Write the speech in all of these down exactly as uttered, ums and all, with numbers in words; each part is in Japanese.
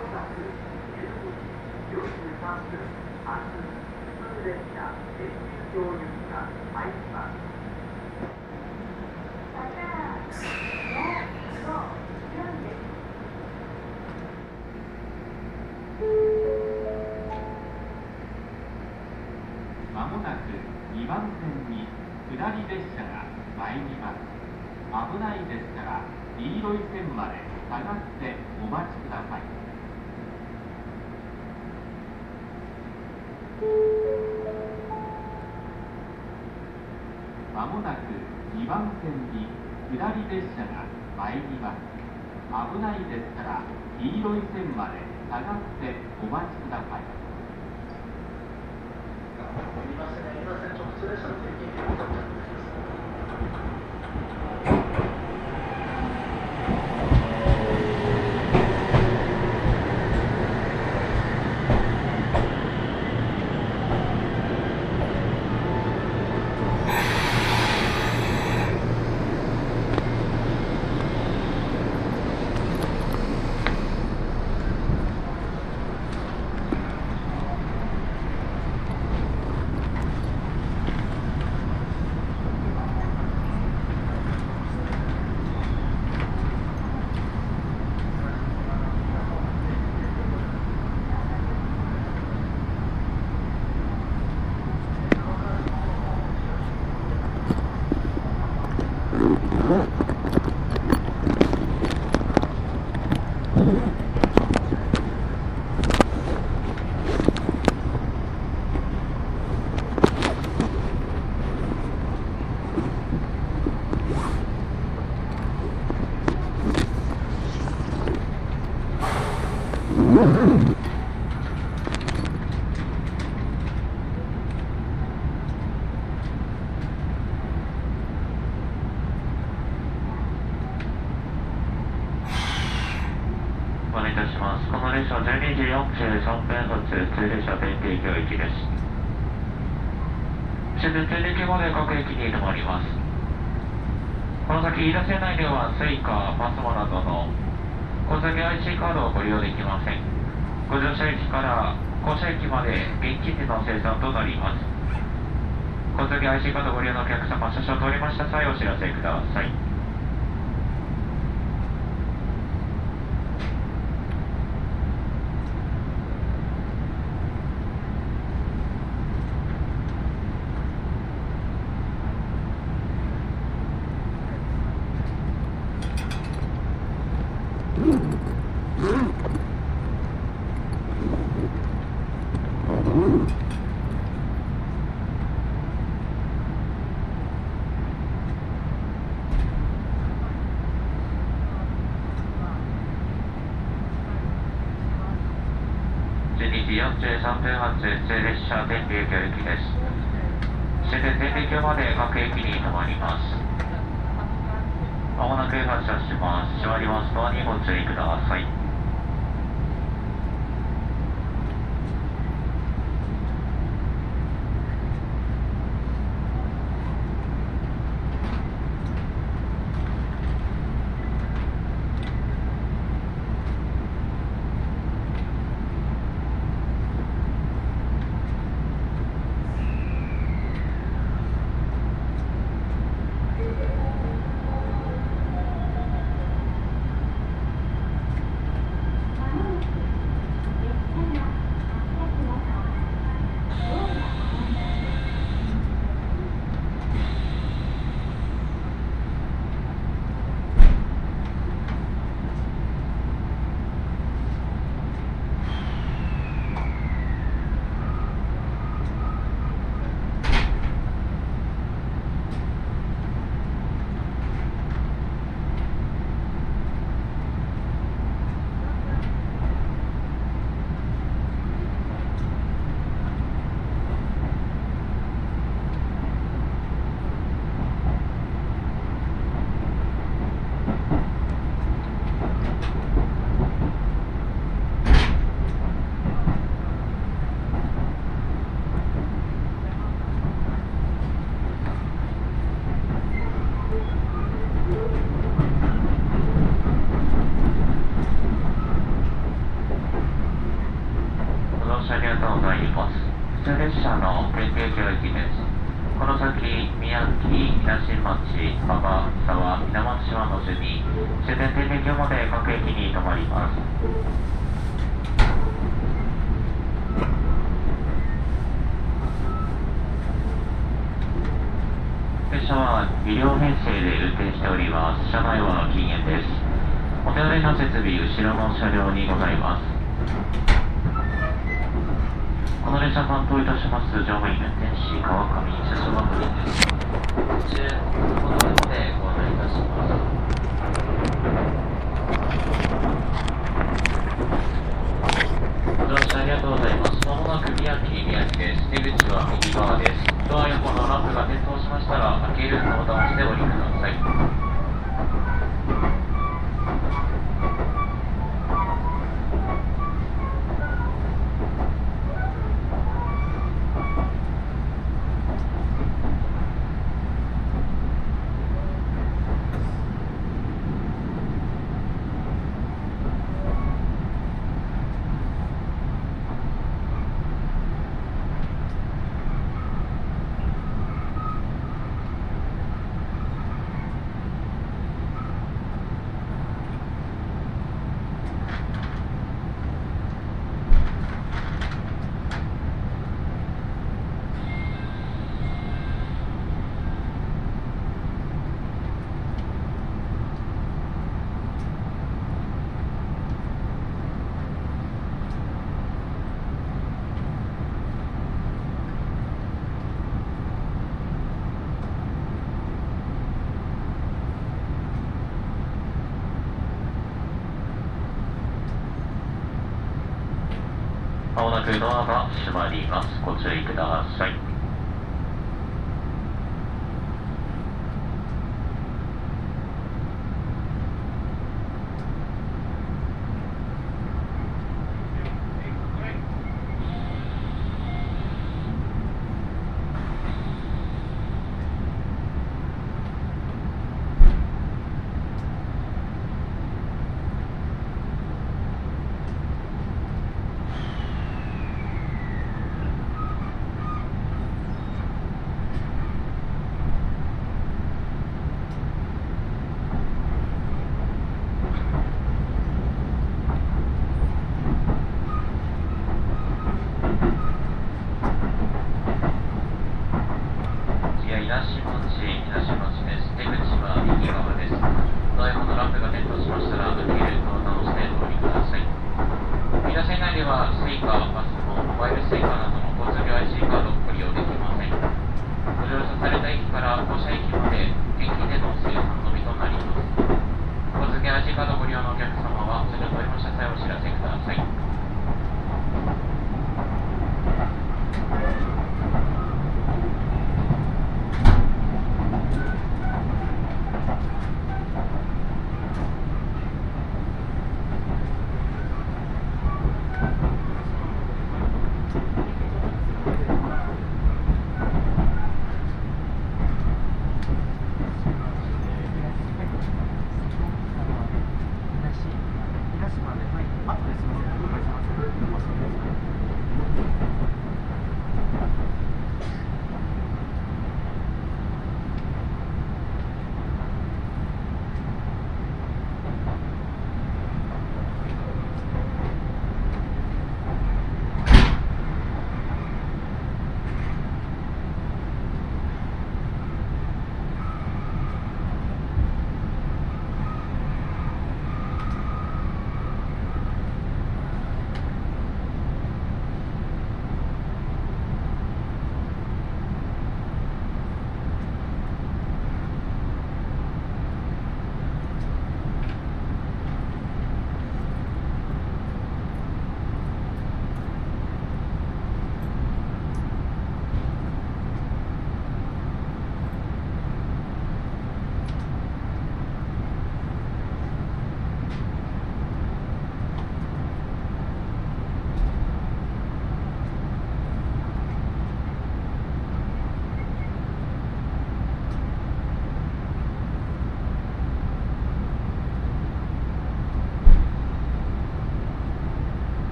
まもなくにばん線に下り列車が参ります。危ないですから黄色い線まで下がってお待ちください。まもなくにばん線に下り列車が参ります。危ないですから黄色い線まで下がってお待ちください。 すみません、すみません、直通列車の定期に戻っております。 お願いいたします。この列車はじゅうにじよんじゅうさんぷん発普通列車弁慶行きです。終電停駅まで各駅に止まります。この先飯田線内ではスイカ、パスモなどの口座 アイシー カードをご利用できません。ご乗車駅から降車駅まで現金での生産となります。口座 アイシー カードご利用のお客様、車掌通りました際お知らせください。じゅうにじよんじゅうさんぷん発普通列車天竜行きです。終点天竜橋まで各駅に止まります。まもなく発車します。閉まりますドアにご注意ください。 ります。普通列車の天帝京駅です。この先、宮城、稲新町、馬場、沢、稲松島の順に終点天帝京まで各駅に停まります。列車はに両編成で運転しております。車内は禁煙です。お手洗いの設備、後ろの車両にございます。この列車担当いたします乗務員運転士川上車掌学院です。途中、この上までご案内いたします。ご乗車ありがとうございます。まもなく宮城宮城です。出口は右側です。ドア横のランプが点灯しましたら、開けるのボタンを押してお降りください。まもなくドアが閉まります。ご注意ください。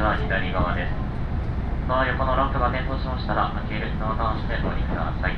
は左側です。ドア横のランプが点灯しましたら、開けるドアターンしてお降りください。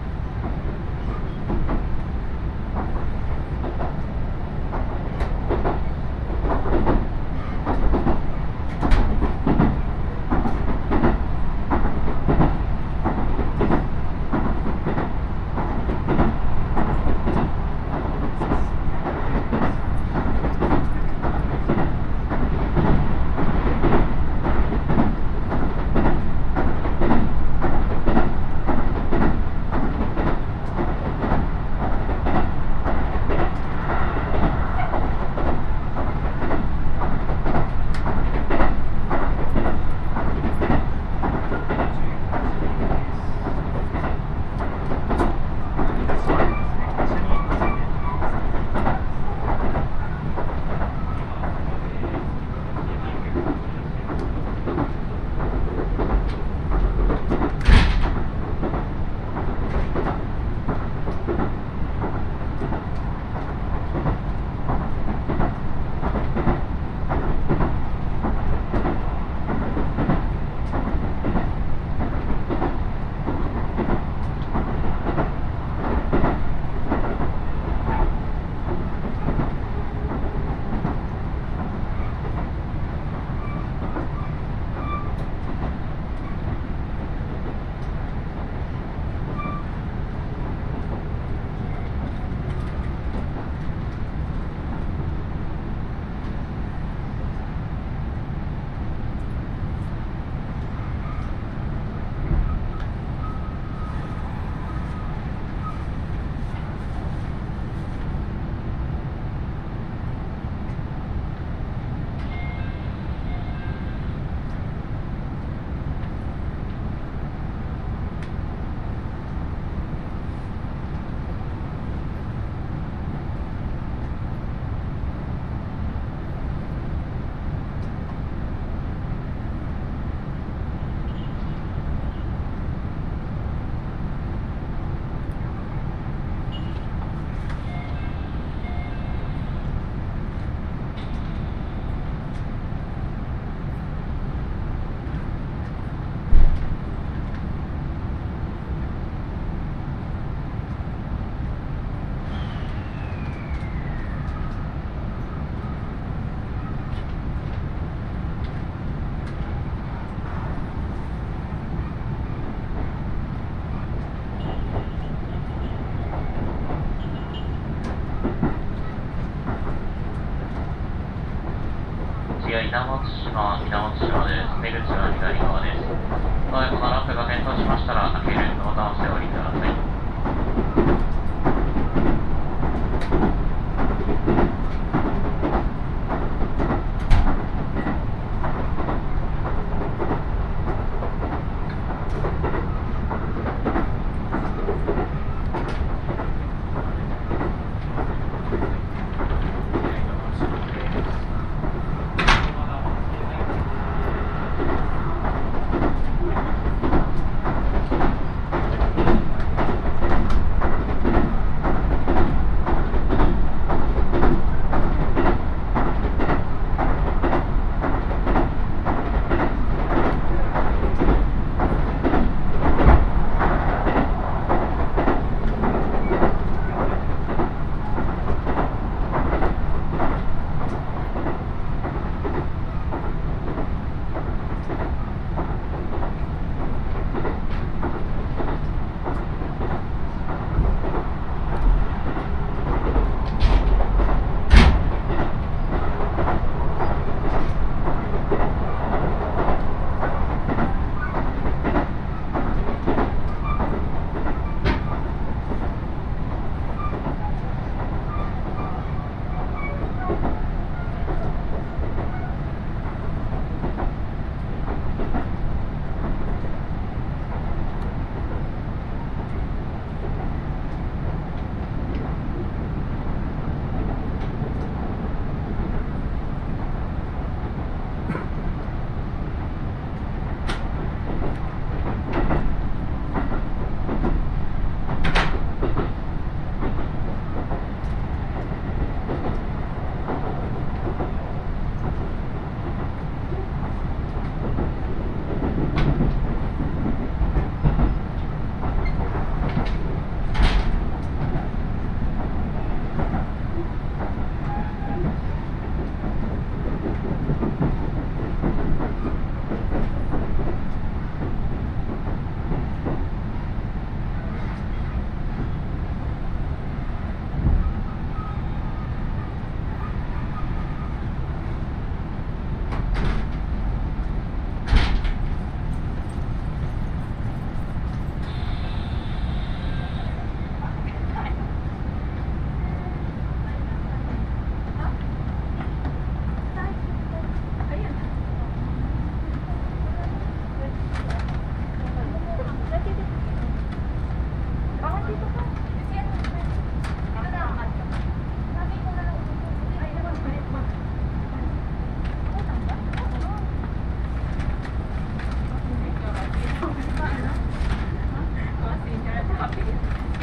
次は稲本島、稲本島です。出口は左側です。ドア横のランプが点灯しましたら、開けるボタンを押してお降りください。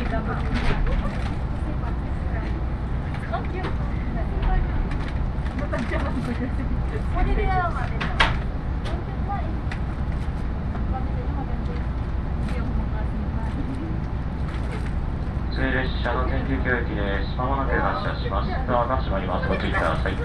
普通列車の天竜橋駅です。まもなく発車します。ドアが閉まります。ご注意ください。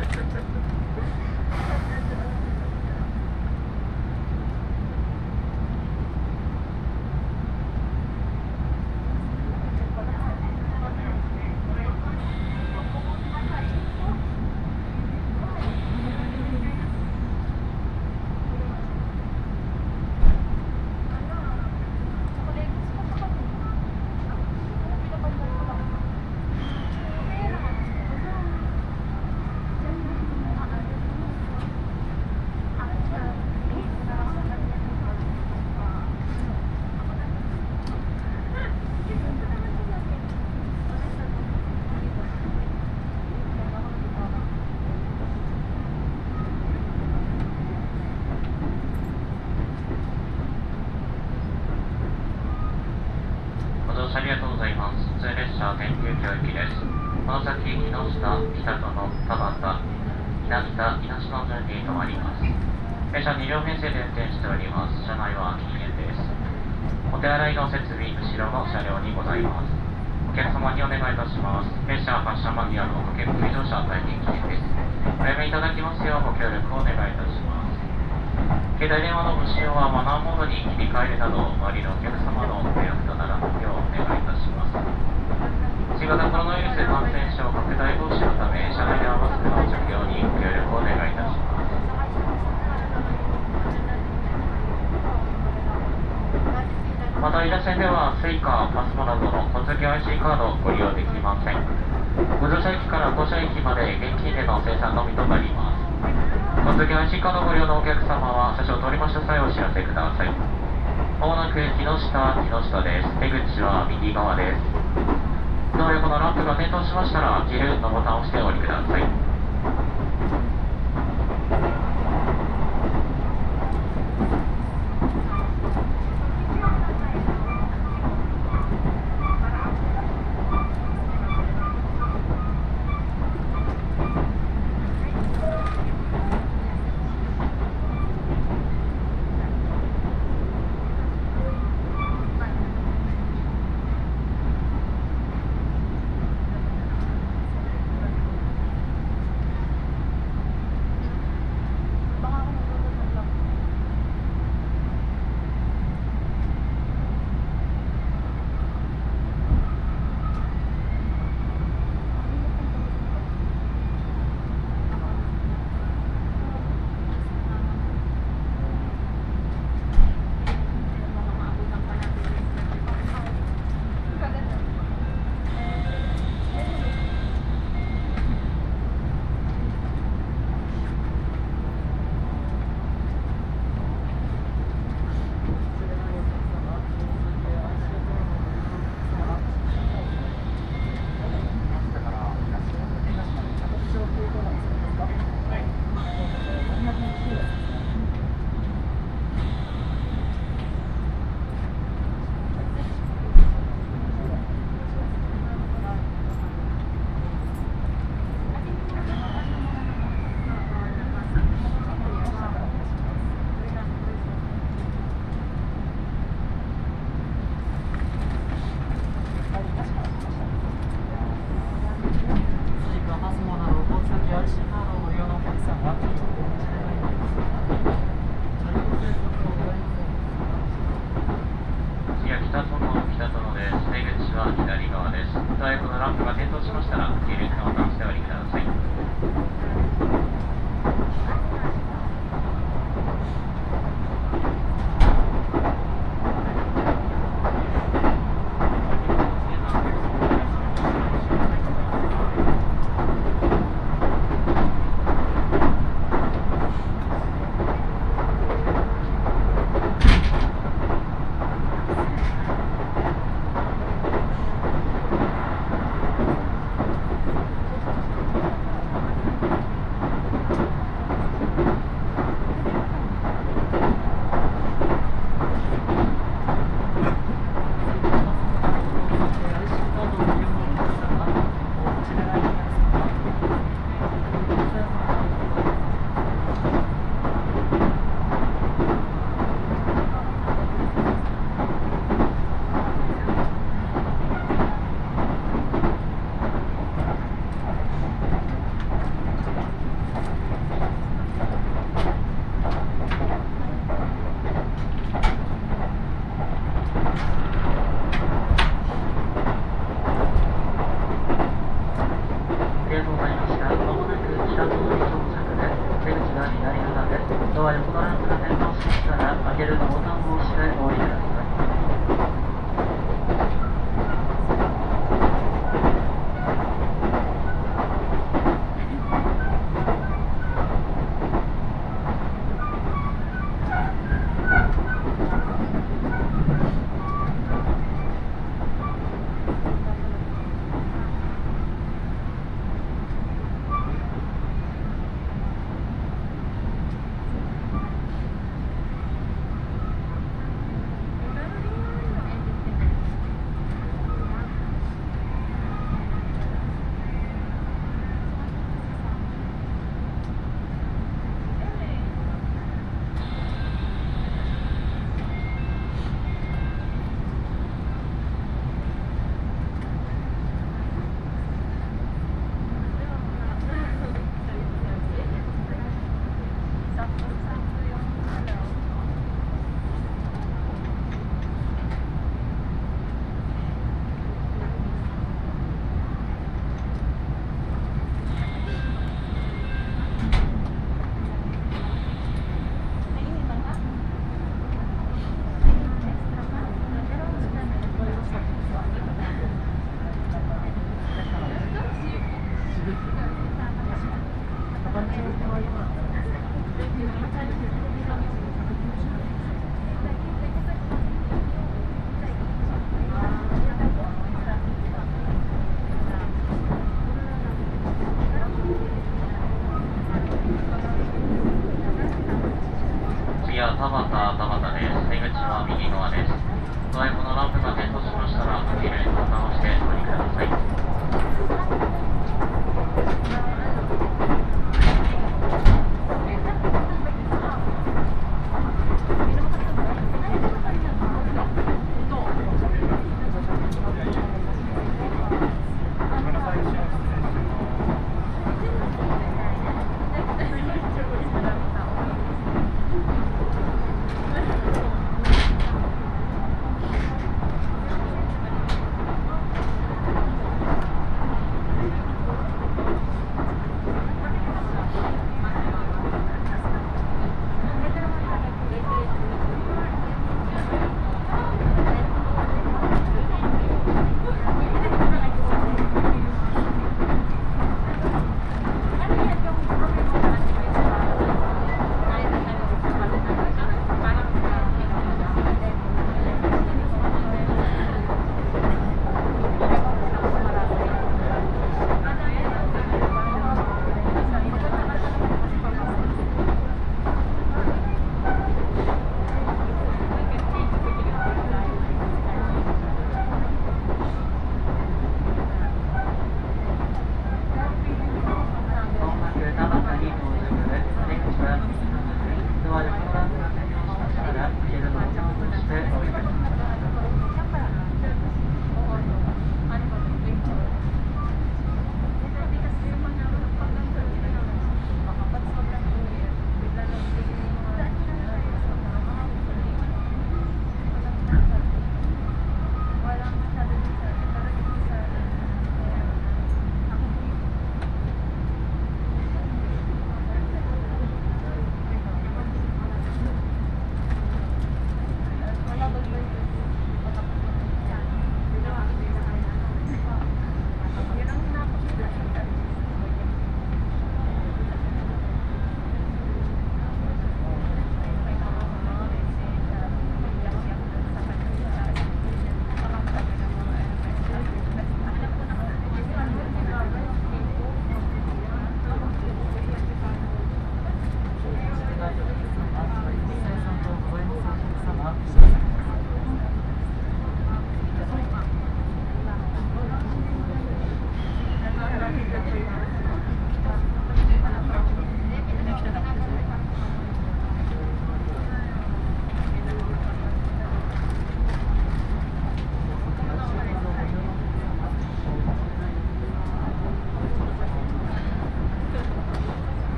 ありがとうございます。普通列車天竜橋駅です。この先、木下、北園、田端、稲北、稲島順に停まります。列車に両編成で運転しております。車内は禁煙です。お手洗いの設備、後ろの車両にございます。お客様にお願いいたします。列車発車間際のご結構乗車大変危険です。おやめいただきますようご協力をお願いいたします。携帯電話のご使用はマナーモードに切り替えるなど、周りのお客様のご迷惑とならないようお願いいたします。新型コロナウイルス感染症拡大防止のため、車内ではマスクの着用にご協力をお願いいたします。また、伊田線ではスイカ、パスモなどの交通系 アイシー カードをご利用できません。ご乗車駅から降車駅まで現金での生産のみとなります。交通系 アイシー カードをご利用のお客様は、車掌を通りました際お知らせください。まもなく木下、木下です。出口は右側です。ドア横のランプが点灯しましたら、切るのボタンを押してお降りください。 「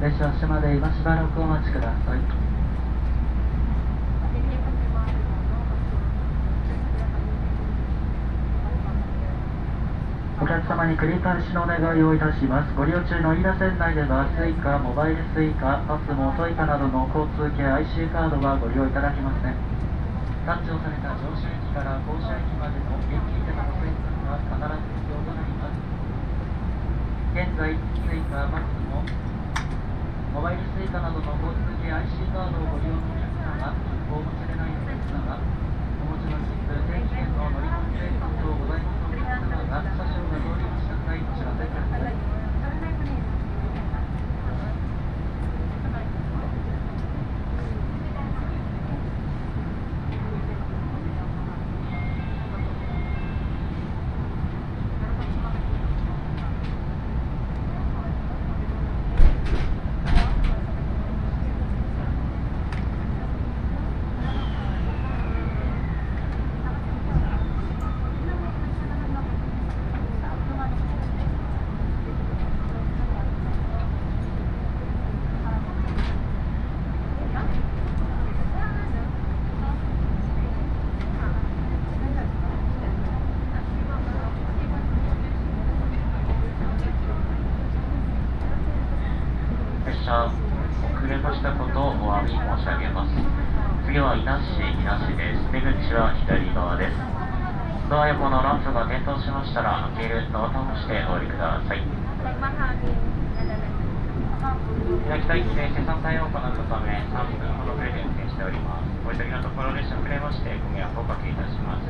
列車発車まで今しばらくお待ちください。お客様に繰り返しのお願いをいたします。ご利用中の飯田線内ではスイカ、モバイルスイカ、パスモ、トイカなどの交通系 アイシー カードはご利用いただけません。タッチをされた乗車駅から降車駅までの現金でのご決済は必ず必要となります。現在、スイカ、パスモ、モバイルスイカなどの交通系 アイシー カードをご利用のお客様、切符をお持ちでないお客様、お持ちの切符、定期券の乗り込み制限等ございますお客様が車掌が通りました際お知らせください。遅れましたことをお詫び申し上げます。次は伊那市伊那市です。出口は左側です。ドア横のランプが点灯しましたら開けるのを倒してお降りください。北北行きで生産対応を行ったためさんぷんほど遅れて運転しております。お急ぎのところ列車遅れましてご迷惑をおかけいたします。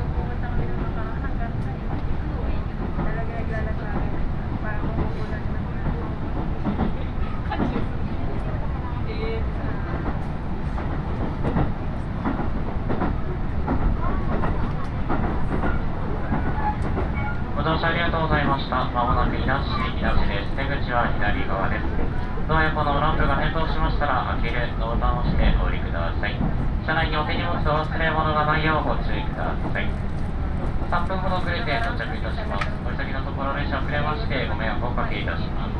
ご乗車ありがとうございました。まもなく伊那市伊那市です。出口は左側です。ドア横のランプが点灯しましたら開けるのボタンを押してお降りください。車内にお手荷物お忘れ物がないようご注意ください。さんぷんほど遅れて到着いたします。お急ぎのところ列車遅れましてご迷惑をおかけいたします。